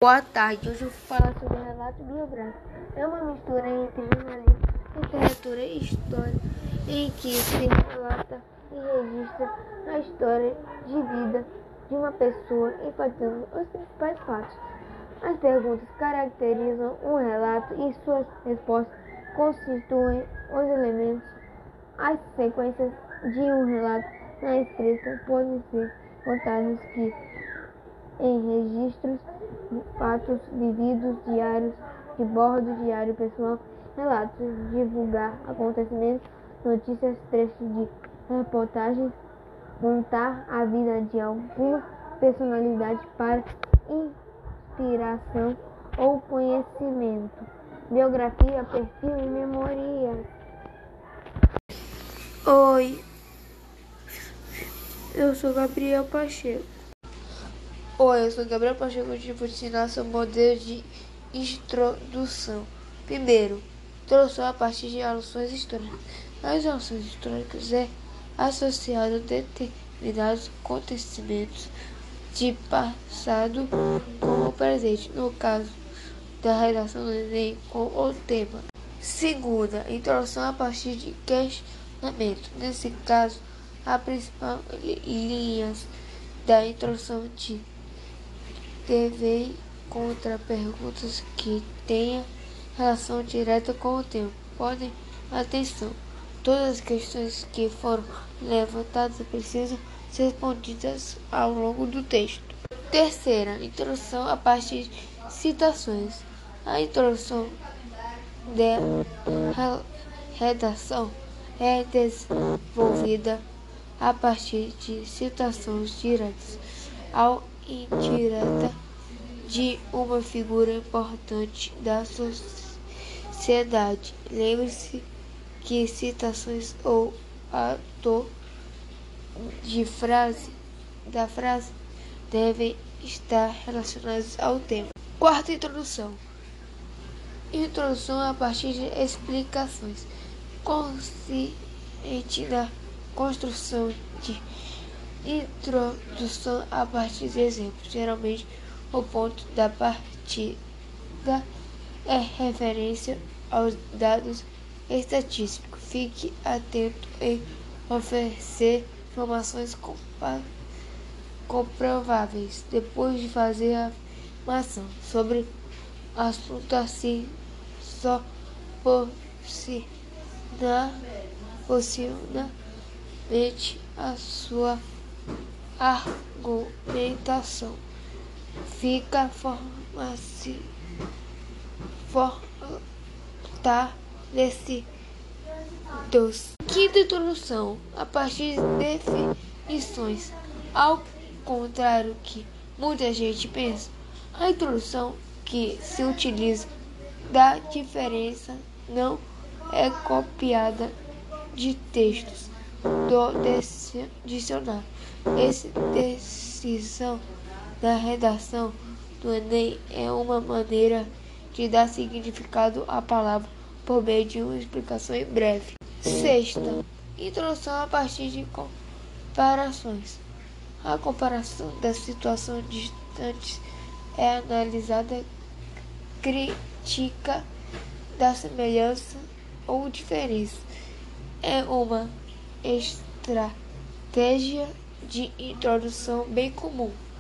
Boa tarde, hoje eu vou falar sobre o relato biográfico. É uma mistura entre jornalismo, literatura e história, em que se relata e registra a história de vida de uma pessoa, enfatizando os principais fatos. As perguntas caracterizam um relato e suas respostas constituem os elementos. As sequências de um relato na escrita podem ser contadas que em registros, fatos vividos, diários de bordo, diário pessoal, relatos, divulgar acontecimentos, notícias, trechos de reportagens, contar a vida de alguma personalidade para inspiração ou conhecimento, biografia, perfil e memória. Oi, eu sou Gabriel Pacheco. Oi, eu sou Gabriel Pacheco e vou te ensinar sobre o modelo de introdução. Primeiro, introdução a partir de alusões históricas. As alusões históricas é associado a determinados acontecimentos de passado com o presente, no caso da redação do Enem com o tema. Segunda, introdução a partir de questionamento. Nesse caso, a principal linhas da introdução de devem contra perguntas que tenham relação direta com o tema. Podem, atenção, todas as questões que foram levantadas precisam ser respondidas ao longo do texto. Terceira, introdução a partir de citações. A introdução da redação é desenvolvida a partir de citações diretas ou indireta de uma figura importante da sociedade. Lembre-se que citações ou autor da frase devem estar relacionados ao tema. Quarta introdução. Introdução a partir de explicações. Consciente da construção de introdução a partir de exemplos. Geralmente, o ponto da partida é referência aos dados estatísticos. Fique atento em oferecer informações comprováveis depois de fazer a afirmação sobre assunto assim só possivelmente a sua argumentação fica fortalecida. Quinta introdução a partir de definições. Ao contrário que muita gente pensa, a introdução que se utiliza da diferença não é copiada de textos do dicionário. Essa decisão da redação do Enem é uma maneira de dar significado à palavra por meio de uma explicação em breve. Sexta, introdução a partir de comparações. A comparação das situações distantes é analisada crítica da semelhança ou diferença. É uma estratégia de introdução bem comum.